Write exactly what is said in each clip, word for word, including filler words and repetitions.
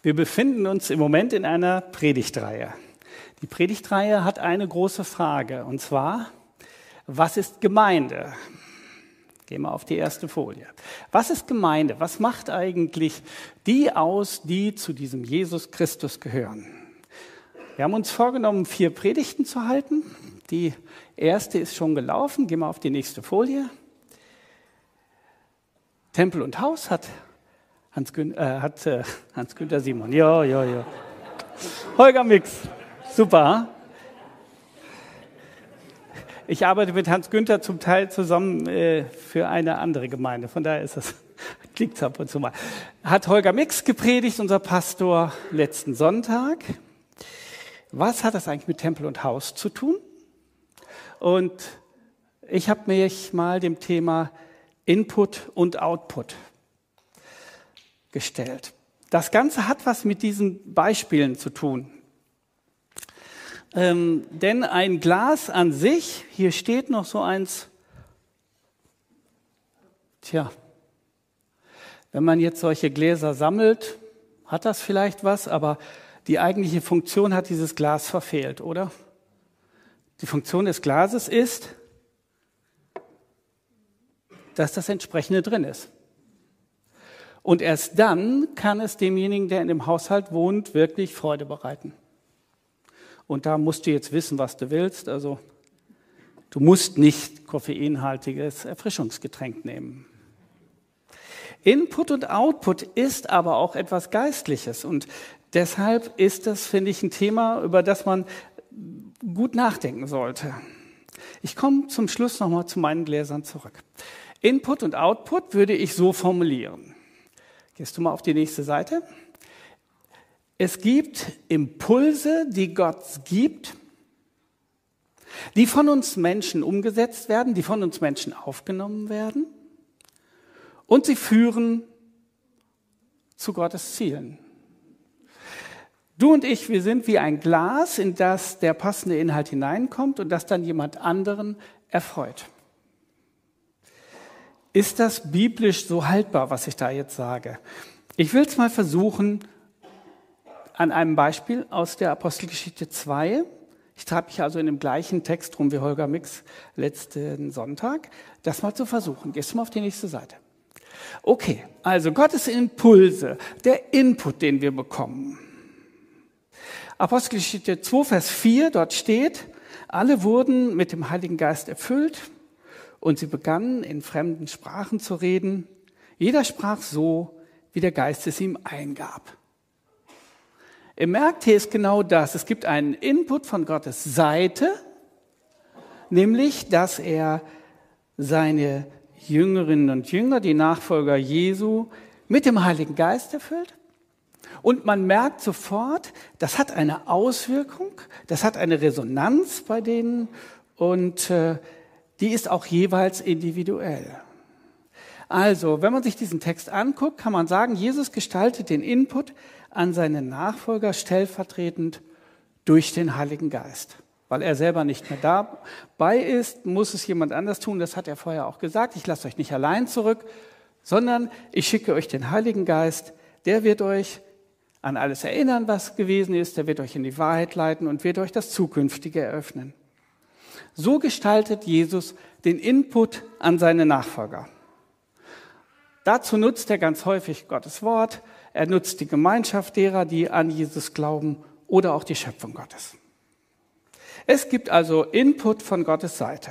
Wir befinden uns im Moment in einer Predigtreihe. Die Predigtreihe hat eine große Frage, und zwar, was ist Gemeinde? Gehen wir auf die erste Folie. Was ist Gemeinde? Was macht eigentlich die aus, die zu diesem Jesus Christus gehören? Wir haben uns vorgenommen, vier Predigten zu halten. Die erste ist schon gelaufen. Gehen wir auf die nächste Folie. Tempel und Haus hat Hans, Gün äh, hat, äh, Hans-Günther Simon. Ja, ja, ja. Holger Mix. Super. Ich arbeite mit Hans-Günther zum Teil zusammen äh, für eine andere Gemeinde. Von daher ist das, klickt es ab und zu mal. Hat Holger Mix gepredigt, unser Pastor, letzten Sonntag. Was hat das eigentlich mit Tempel und Haus zu tun? Und ich habe mich mal dem Thema Input und Output gestellt. Das Ganze hat was mit diesen Beispielen zu tun. Ähm, denn ein Glas an sich, hier steht noch so eins, tja, wenn man jetzt solche Gläser sammelt, hat das vielleicht was, aber die eigentliche Funktion hat dieses Glas verfehlt, oder? Die Funktion des Glases ist, dass das entsprechende drin ist. Und erst dann kann es demjenigen, der in dem Haushalt wohnt, wirklich Freude bereiten. Und da musst du jetzt wissen, was du willst. Also du musst nicht koffeinhaltiges Erfrischungsgetränk nehmen. Input und Output ist aber auch etwas Geistliches. Und deshalb ist das, finde ich, ein Thema, über das man gut nachdenken sollte. Ich komme zum Schluss nochmal zu meinen Gläsern zurück. Input und Output würde ich so formulieren. Gehst du mal auf die nächste Seite. Es gibt Impulse, die Gott gibt, die von uns Menschen umgesetzt werden, die von uns Menschen aufgenommen werden und sie führen zu Gottes Zielen. Du und ich, wir sind wie ein Glas, in das der passende Inhalt hineinkommt und das dann jemand anderen erfreut. Ist das biblisch so haltbar, was ich da jetzt sage? Ich will es mal versuchen an einem Beispiel aus der Apostelgeschichte zwei. Ich treibe mich also in dem gleichen Text rum wie Holger Mix letzten Sonntag. Das mal zu versuchen. Gehst du mal auf die nächste Seite. Okay, also Gottes Impulse, der Input, den wir bekommen. Apostelgeschichte zwei, Vers vier, dort steht, alle wurden mit dem Heiligen Geist erfüllt und sie begannen in fremden Sprachen zu reden. Jeder sprach so, wie der Geist es ihm eingab. Ihr merkt, hier ist genau das. Es gibt einen Input von Gottes Seite, nämlich, dass er seine Jüngerinnen und Jünger, die Nachfolger Jesu, mit dem Heiligen Geist erfüllt. Und man merkt sofort, das hat eine Auswirkung, das hat eine Resonanz bei denen und äh, die ist auch jeweils individuell. Also, wenn man sich diesen Text anguckt, kann man sagen, Jesus gestaltet den Input an seine Nachfolger stellvertretend durch den Heiligen Geist. Weil er selber nicht mehr dabei ist, muss es jemand anders tun. Das hat er vorher auch gesagt. Ich lasse euch nicht allein zurück, sondern ich schicke euch den Heiligen Geist. Der wird euch an alles erinnern, was gewesen ist. Der wird euch in die Wahrheit leiten und wird euch das Zukünftige eröffnen. So gestaltet Jesus den Input an seine Nachfolger. Dazu nutzt er ganz häufig Gottes Wort. Er nutzt die Gemeinschaft derer, die an Jesus glauben oder auch die Schöpfung Gottes. Es gibt also Input von Gottes Seite.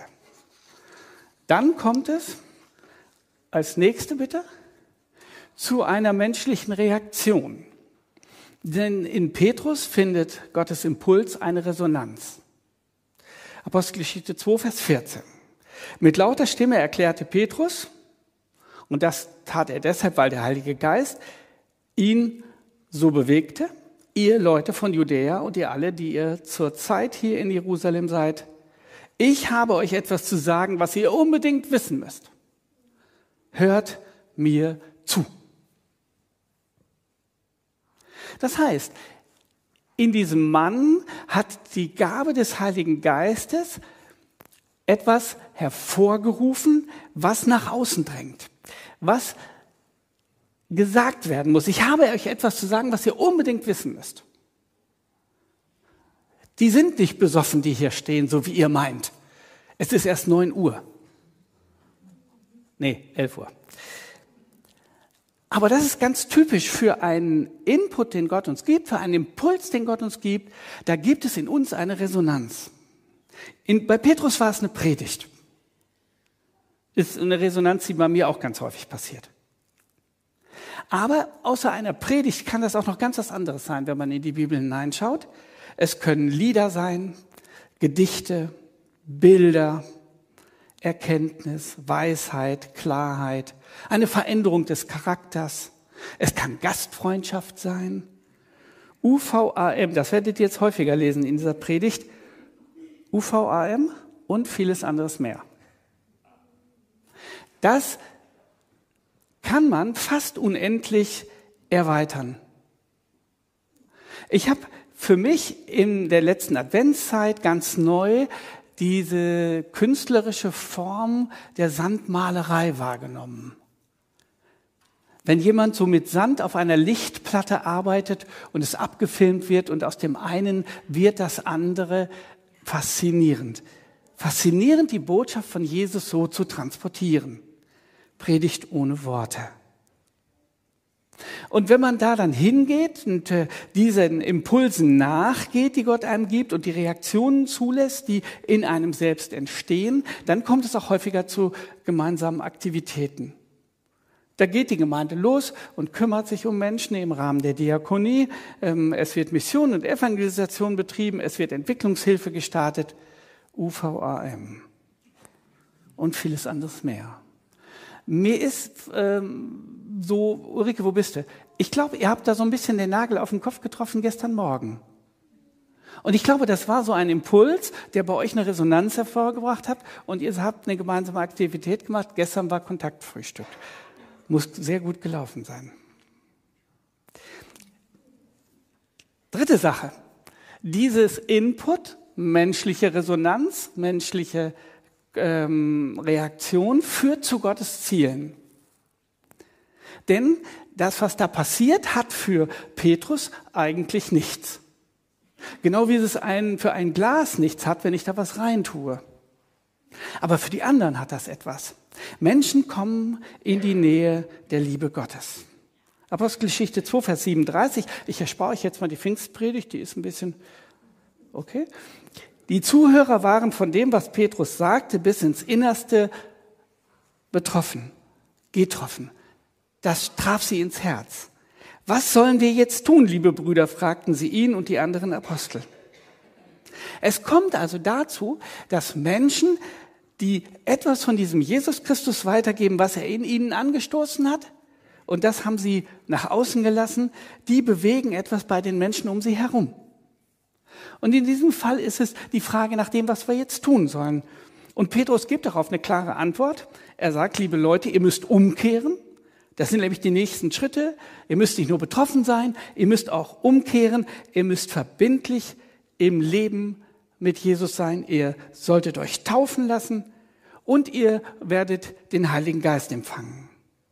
Dann kommt es, als nächste bitte, zu einer menschlichen Reaktion. Denn in Petrus findet Gottes Impuls eine Resonanz. Apostelgeschichte zwei, Vers vierzehn. Mit lauter Stimme erklärte Petrus, und das tat er deshalb, weil der Heilige Geist ihn so bewegte, ihr Leute von Judäa und ihr alle, die ihr zur Zeit hier in Jerusalem seid, ich habe euch etwas zu sagen, was ihr unbedingt wissen müsst. Hört mir zu. Das heißt, in diesem Mann hat die Gabe des Heiligen Geistes etwas hervorgerufen, was nach außen drängt, was gesagt werden muss. Ich habe euch etwas zu sagen, was ihr unbedingt wissen müsst. Die sind nicht besoffen, die hier stehen, so wie ihr meint. Es ist erst neun Uhr. Nee, elf Uhr. Aber das ist ganz typisch für einen Input, den Gott uns gibt, für einen Impuls, den Gott uns gibt. Da gibt es in uns eine Resonanz. In, bei Petrus war es eine Predigt. Ist eine Resonanz, die bei mir auch ganz häufig passiert. Aber außer einer Predigt kann das auch noch ganz was anderes sein, wenn man in die Bibel hineinschaut. Es können Lieder sein, Gedichte, Bilder, Erkenntnis, Weisheit, Klarheit, eine Veränderung des Charakters. Es kann Gastfreundschaft sein. U V A M, das werdet ihr jetzt häufiger lesen in dieser Predigt. U V A M und vieles anderes mehr. Das kann man fast unendlich erweitern. Ich habe für mich in der letzten Adventszeit ganz neu diese künstlerische Form der Sandmalerei wahrgenommen. Wenn jemand so mit Sand auf einer Lichtplatte arbeitet und es abgefilmt wird und aus dem einen wird das andere, faszinierend. Faszinierend, die Botschaft von Jesus so zu transportieren. Predigt ohne Worte. Und wenn man da dann hingeht und äh, diesen Impulsen nachgeht, die Gott einem gibt und die Reaktionen zulässt, die in einem selbst entstehen, dann kommt es auch häufiger zu gemeinsamen Aktivitäten. Da geht die Gemeinde los und kümmert sich um Menschen im Rahmen der Diakonie. Ähm, es wird Mission und Evangelisation betrieben, es wird Entwicklungshilfe gestartet, U V A M und vieles anderes mehr. Mir ist ähm, so, Ulrike, wo bist du? Ich glaube, ihr habt da so ein bisschen den Nagel auf den Kopf getroffen gestern Morgen. Und ich glaube, das war so ein Impuls, der bei euch eine Resonanz hervorgebracht hat. Und ihr habt eine gemeinsame Aktivität gemacht. Gestern war Kontaktfrühstück. Muss sehr gut gelaufen sein. Dritte Sache. Dieses Input, menschliche Resonanz, menschliche Ähm, Reaktion führt zu Gottes Zielen. Denn das, was da passiert, hat für Petrus eigentlich nichts. Genau wie es ein, für ein Glas nichts hat, wenn ich da was reintue. Aber für die anderen hat das etwas. Menschen kommen in die Nähe der Liebe Gottes. Apostelgeschichte zwei, Vers siebenunddreißig. Ich erspare euch jetzt mal die Pfingstpredigt, die ist ein bisschen, okay. Die Zuhörer waren von dem, was Petrus sagte, bis ins Innerste betroffen, getroffen. Das traf sie ins Herz. Was sollen wir jetzt tun, liebe Brüder, fragten sie ihn und die anderen Apostel. Es kommt also dazu, dass Menschen, die etwas von diesem Jesus Christus weitergeben, was er in ihnen angestoßen hat, und das haben sie nach außen gelassen, die bewegen etwas bei den Menschen um sie herum. Und in diesem Fall ist es die Frage nach dem, was wir jetzt tun sollen. Und Petrus gibt darauf eine klare Antwort. Er sagt, liebe Leute, ihr müsst umkehren. Das sind nämlich die nächsten Schritte. Ihr müsst nicht nur betroffen sein, ihr müsst auch umkehren. Ihr müsst verbindlich im Leben mit Jesus sein. Ihr solltet euch taufen lassen und ihr werdet den Heiligen Geist empfangen.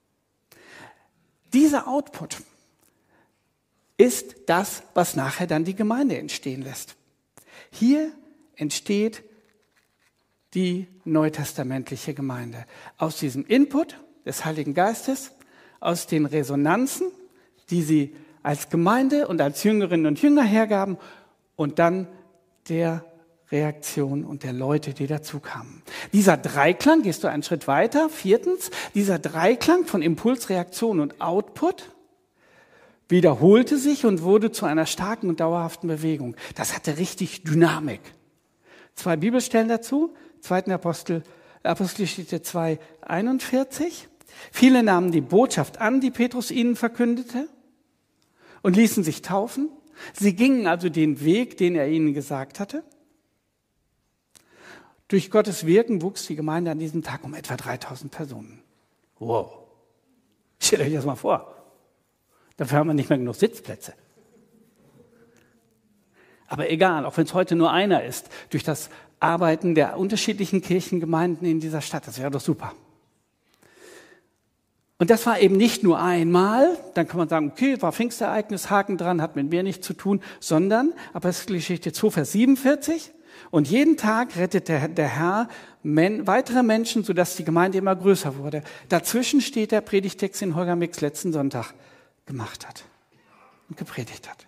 Dieser Output ist das, was nachher dann die Gemeinde entstehen lässt. Hier entsteht die neutestamentliche Gemeinde. Aus diesem Input des Heiligen Geistes, aus den Resonanzen, die sie als Gemeinde und als Jüngerinnen und Jünger hergaben und dann der Reaktion und der Leute, die dazu kamen. Dieser Dreiklang, gehst du einen Schritt weiter, viertens, dieser Dreiklang von Impuls, Reaktion und Output wiederholte sich und wurde zu einer starken und dauerhaften Bewegung. Das hatte richtig Dynamik. Zwei Bibelstellen dazu, zweiten Apostel, Apostelgeschichte zwei, einundvierzig. Viele nahmen die Botschaft an, die Petrus ihnen verkündete und ließen sich taufen. Sie gingen also den Weg, den er ihnen gesagt hatte. Durch Gottes Wirken wuchs die Gemeinde an diesem Tag um etwa dreitausend Personen. Wow. Stellt euch das mal vor. Dafür haben wir nicht mehr genug Sitzplätze. Aber egal, auch wenn es heute nur einer ist, durch das Arbeiten der unterschiedlichen Kirchengemeinden in dieser Stadt, das wäre doch super. Und das war eben nicht nur einmal, dann kann man sagen, okay, war Pfingstereignis, Haken dran, hat mit mir nichts zu tun, sondern Apostelgeschichte zwei, Vers siebenundvierzig, und jeden Tag rettet der, der Herr men, weitere Menschen, sodass die Gemeinde immer größer wurde. Dazwischen steht der Predigtext, den Holger Mix letzten Sonntag gemacht hat und gepredigt hat.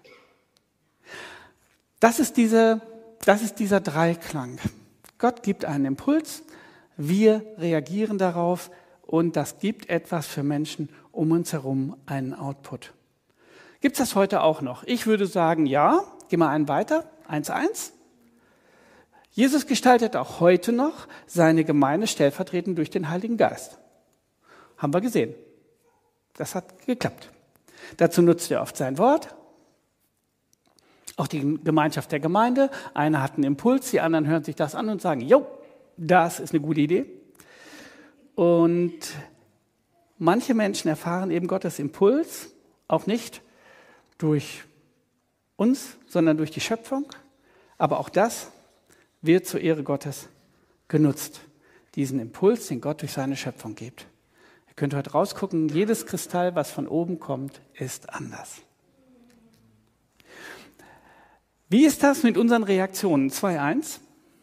Das ist, diese, das ist dieser Dreiklang. Gott gibt einen Impuls, wir reagieren darauf, und das gibt etwas für Menschen um uns herum, einen Output. Gibt es das heute auch noch? Ich würde sagen, ja. Geh mal einen weiter. eins eins. Jesus gestaltet auch heute noch seine Gemeinde stellvertretend durch den Heiligen Geist. Haben wir gesehen. Das hat geklappt. Dazu nutzt er oft sein Wort. Auch die Gemeinschaft der Gemeinde. Einer hat einen Impuls, die anderen hören sich das an und sagen, jo, das ist eine gute Idee. Und manche Menschen erfahren eben Gottes Impuls auch nicht durch uns, sondern durch die Schöpfung. Aber auch das wird zur Ehre Gottes genutzt. Diesen Impuls, den Gott durch seine Schöpfung gibt. Ihr könnt heute rausgucken, jedes Kristall, was von oben kommt, ist anders. Wie ist das mit unseren Reaktionen? zwei eins.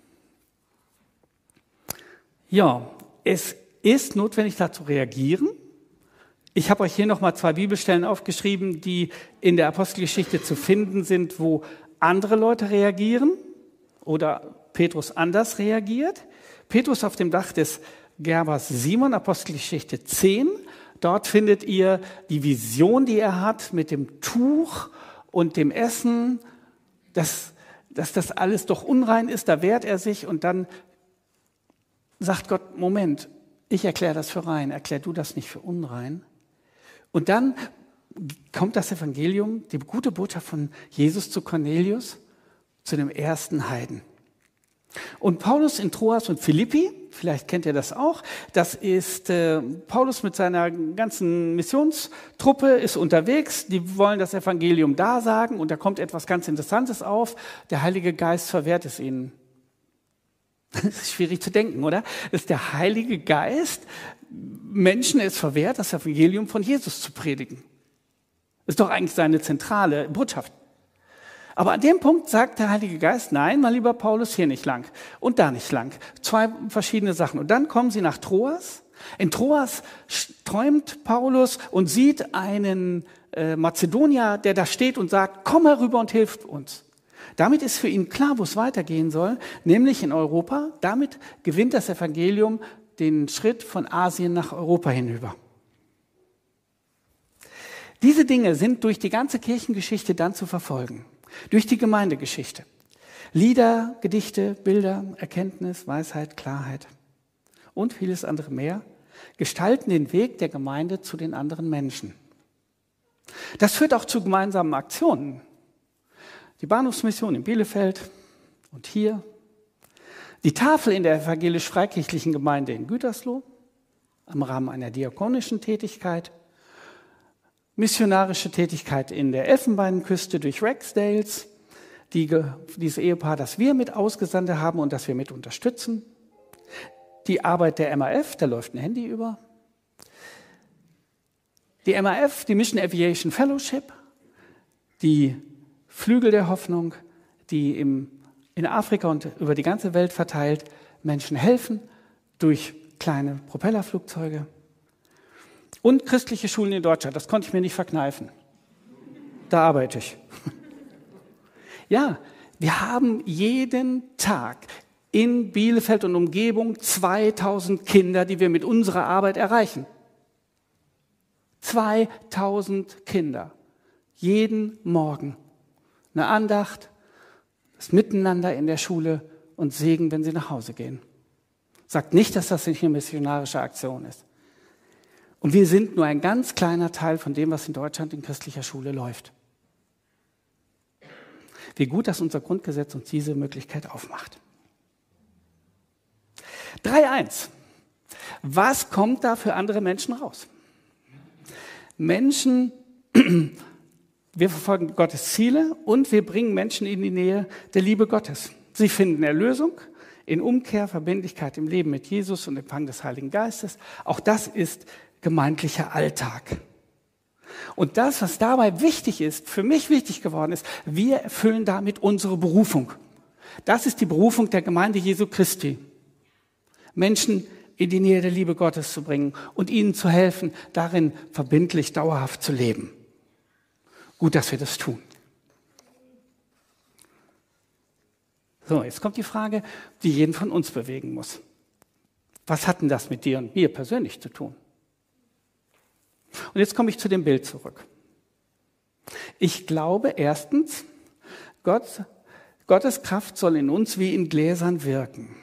Ja, es ist notwendig, da zu reagieren. Ich habe euch hier nochmal zwei Bibelstellen aufgeschrieben, die in der Apostelgeschichte zu finden sind, wo andere Leute reagieren oder Petrus anders reagiert. Petrus auf dem Dach des Gerbers Simon, Apostelgeschichte zehn. Dort findet ihr die Vision, die er hat mit dem Tuch und dem Essen, dass, dass das alles doch unrein ist. Da wehrt er sich und dann sagt Gott, Moment, ich erkläre das für rein, erklär du das nicht für unrein. Und dann kommt das Evangelium, die gute Botschaft von Jesus zu Cornelius, zu dem ersten Heiden. Und Paulus in Troas und Philippi, vielleicht kennt ihr das auch, das ist äh, Paulus mit seiner ganzen Missionstruppe, ist unterwegs, die wollen das Evangelium da sagen und da kommt etwas ganz Interessantes auf, der Heilige Geist verwehrt es ihnen. Das ist schwierig zu denken, oder? Dass der Heilige Geist Menschen es verwehrt, das Evangelium von Jesus zu predigen. Das ist doch eigentlich seine zentrale Botschaft. Aber an dem Punkt sagt der Heilige Geist, nein, mein lieber Paulus, hier nicht lang und da nicht lang. Zwei verschiedene Sachen. Und dann kommen sie nach Troas. In Troas träumt Paulus und sieht einen äh, Mazedonier, der da steht und sagt, komm herüber und hilf uns. Damit ist für ihn klar, wo es weitergehen soll, nämlich in Europa. Damit gewinnt das Evangelium den Schritt von Asien nach Europa hinüber. Diese Dinge sind durch die ganze Kirchengeschichte dann zu verfolgen. Durch die Gemeindegeschichte. Lieder, Gedichte, Bilder, Erkenntnis, Weisheit, Klarheit und vieles andere mehr gestalten den Weg der Gemeinde zu den anderen Menschen. Das führt auch zu gemeinsamen Aktionen. Die Bahnhofsmission in Bielefeld und hier. Die Tafel in der evangelisch-freikirchlichen Gemeinde in Gütersloh im Rahmen einer diakonischen Tätigkeit. Missionarische Tätigkeit in der Elfenbeinküste durch Ragsdales. Die, dieses Ehepaar, das wir mit ausgesandt haben und das wir mit unterstützen. Die Arbeit der M A F, da läuft ein Handy über. Die M A F, die Mission Aviation Fellowship. Die Flügel der Hoffnung, die im, in Afrika und über die ganze Welt verteilt Menschen helfen durch kleine Propellerflugzeuge. Und christliche Schulen in Deutschland, das konnte ich mir nicht verkneifen. Da arbeite ich. Ja, wir haben jeden Tag in Bielefeld und Umgebung zweitausend Kinder, die wir mit unserer Arbeit erreichen. zweitausend Kinder, jeden Morgen. Eine Andacht, das Miteinander in der Schule und Segen, wenn sie nach Hause gehen. Sagt nicht, dass das nicht eine missionarische Aktion ist. Und wir sind nur ein ganz kleiner Teil von dem, was in Deutschland in christlicher Schule läuft. Wie gut, dass unser Grundgesetz uns diese Möglichkeit aufmacht. drei eins. Was kommt da für andere Menschen raus? Menschen, wir verfolgen Gottes Ziele und wir bringen Menschen in die Nähe der Liebe Gottes. Sie finden Erlösung in Umkehr, Verbindlichkeit im Leben mit Jesus und Empfang des Heiligen Geistes. Auch das ist gemeindlicher Alltag. Und das, was dabei wichtig ist, für mich wichtig geworden ist, wir erfüllen damit unsere Berufung. Das ist die Berufung der Gemeinde Jesu Christi. Menschen in die Nähe der Liebe Gottes zu bringen und ihnen zu helfen, darin verbindlich, dauerhaft zu leben. Gut, dass wir das tun. So, jetzt kommt die Frage, die jeden von uns bewegen muss. Was hat denn das mit dir und mir persönlich zu tun? Und jetzt komme ich zu dem Bild zurück. Ich glaube erstens, Gott, Gottes Kraft soll in uns wie in Gläsern wirken.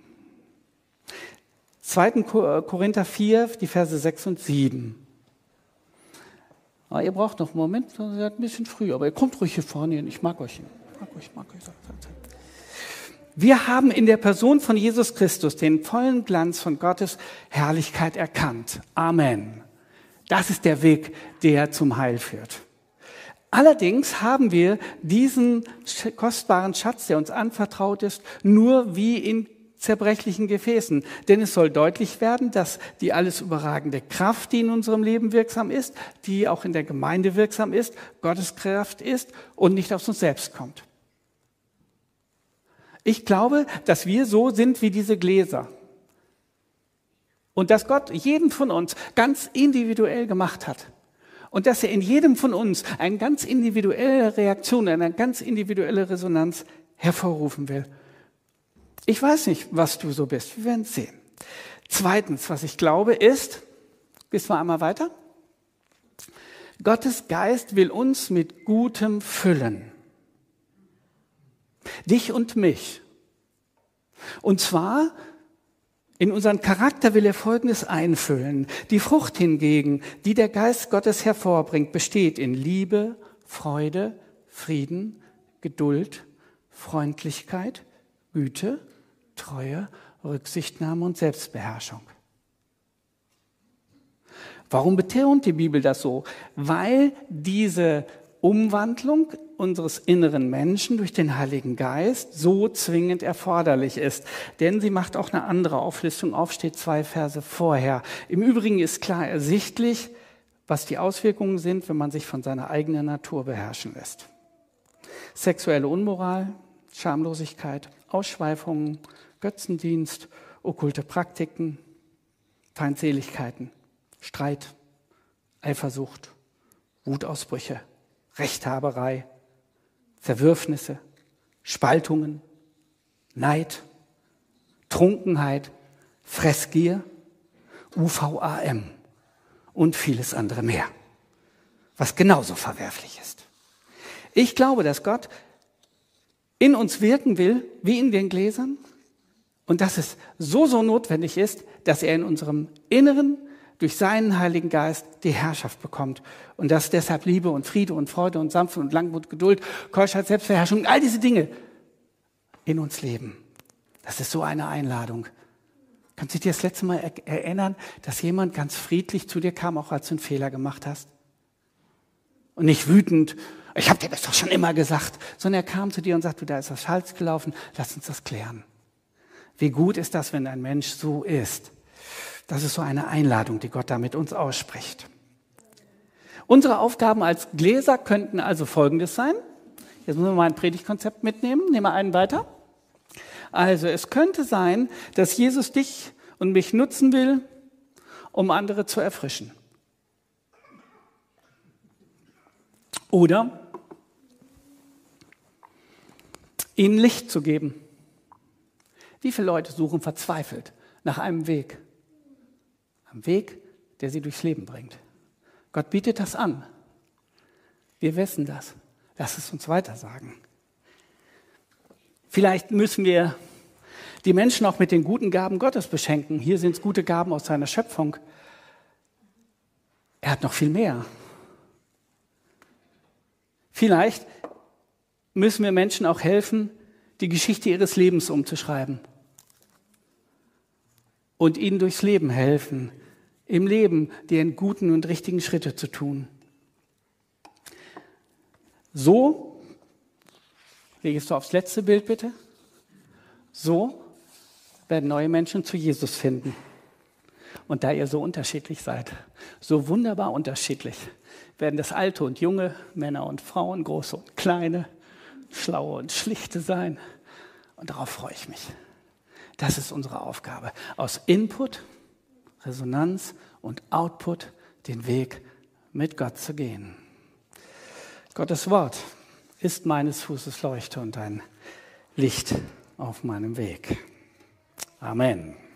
zweiter Korinther vier, die Verse sechs und sieben. Ah, ihr braucht noch einen Moment, ihr seid ein bisschen früh, aber ihr kommt ruhig hier vorne hin. Ich mag euch. Ich mag euch, ich mag euch. Wir haben in der Person von Jesus Christus den vollen Glanz von Gottes Herrlichkeit erkannt. Amen. Das ist der Weg, der zum Heil führt. Allerdings haben wir diesen kostbaren Schatz, der uns anvertraut ist, nur wie in zerbrechlichen Gefäßen. Denn es soll deutlich werden, dass die alles überragende Kraft, die in unserem Leben wirksam ist, die auch in der Gemeinde wirksam ist, Gottes Kraft ist und nicht aus uns selbst kommt. Ich glaube, dass wir so sind wie diese Gläser. Und dass Gott jeden von uns ganz individuell gemacht hat. Und dass er in jedem von uns eine ganz individuelle Reaktion, eine ganz individuelle Resonanz hervorrufen will. Ich weiß nicht, was du so bist. Wir werden es sehen. Zweitens, was ich glaube, ist, gehst du mal einmal weiter? Gottes Geist will uns mit Gutem füllen. Dich und mich. Und zwar in unseren Charakter will er Folgendes einfüllen. Die Frucht hingegen, die der Geist Gottes hervorbringt, besteht in Liebe, Freude, Frieden, Geduld, Freundlichkeit, Güte, Treue, Rücksichtnahme und Selbstbeherrschung. Warum betont die Bibel das so? Weil diese Umwandlung unseres inneren Menschen durch den Heiligen Geist so zwingend erforderlich ist. Denn sie macht auch eine andere Auflistung auf, steht zwei Verse vorher. Im Übrigen ist klar ersichtlich, was die Auswirkungen sind, wenn man sich von seiner eigenen Natur beherrschen lässt. Sexuelle Unmoral, Schamlosigkeit, Ausschweifungen, Götzendienst, okkulte Praktiken, Feindseligkeiten, Streit, Eifersucht, Wutausbrüche, Rechthaberei, Zerwürfnisse, Spaltungen, Neid, Trunkenheit, Fressgier, U V A M und vieles andere mehr, was genauso verwerflich ist. Ich glaube, dass Gott in uns wirken will, wie in den Gläsern, und dass es so, so notwendig ist, dass er in unserem Inneren durch seinen Heiligen Geist die Herrschaft bekommt. Und dass deshalb Liebe und Friede und Freude und Sanftmut und Langmut, Geduld, Keuschheit, Selbstbeherrschung, all diese Dinge in uns leben. Das ist so eine Einladung. Kannst du dich das letzte Mal er- erinnern, dass jemand ganz friedlich zu dir kam, auch als du einen Fehler gemacht hast? Und nicht wütend, ich habe dir das doch schon immer gesagt, sondern er kam zu dir und sagte, da ist was falsch gelaufen, lass uns das klären. Wie gut ist das, wenn ein Mensch so ist? Das ist so eine Einladung, die Gott da mit uns ausspricht. Unsere Aufgaben als Gläser könnten also Folgendes sein. Jetzt müssen wir mal ein Predigtkonzept mitnehmen. Nehmen wir einen weiter. Also es könnte sein, dass Jesus dich und mich nutzen will, um andere zu erfrischen. Oder ihnen Licht zu geben. Wie viele Leute suchen verzweifelt nach einem Weg? Am Weg, der sie durchs Leben bringt. Gott bietet das an. Wir wissen das. Lass es uns weiter sagen. Vielleicht müssen wir die Menschen auch mit den guten Gaben Gottes beschenken. Hier sind es gute Gaben aus seiner Schöpfung. Er hat noch viel mehr. Vielleicht müssen wir Menschen auch helfen, die Geschichte ihres Lebens umzuschreiben. Und ihnen durchs Leben helfen, im Leben die guten und richtigen Schritte zu tun. So, legst du aufs letzte Bild bitte, so werden neue Menschen zu Jesus finden. Und da ihr so unterschiedlich seid, so wunderbar unterschiedlich, werden das Alte und Junge, Männer und Frauen, Große und Kleine, Schlaue und Schlichte sein. Und darauf freue ich mich. Das ist unsere Aufgabe. Aus Input, Resonanz und Output den Weg mit Gott zu gehen. Gottes Wort ist meines Fußes Leuchte und ein Licht auf meinem Weg. Amen.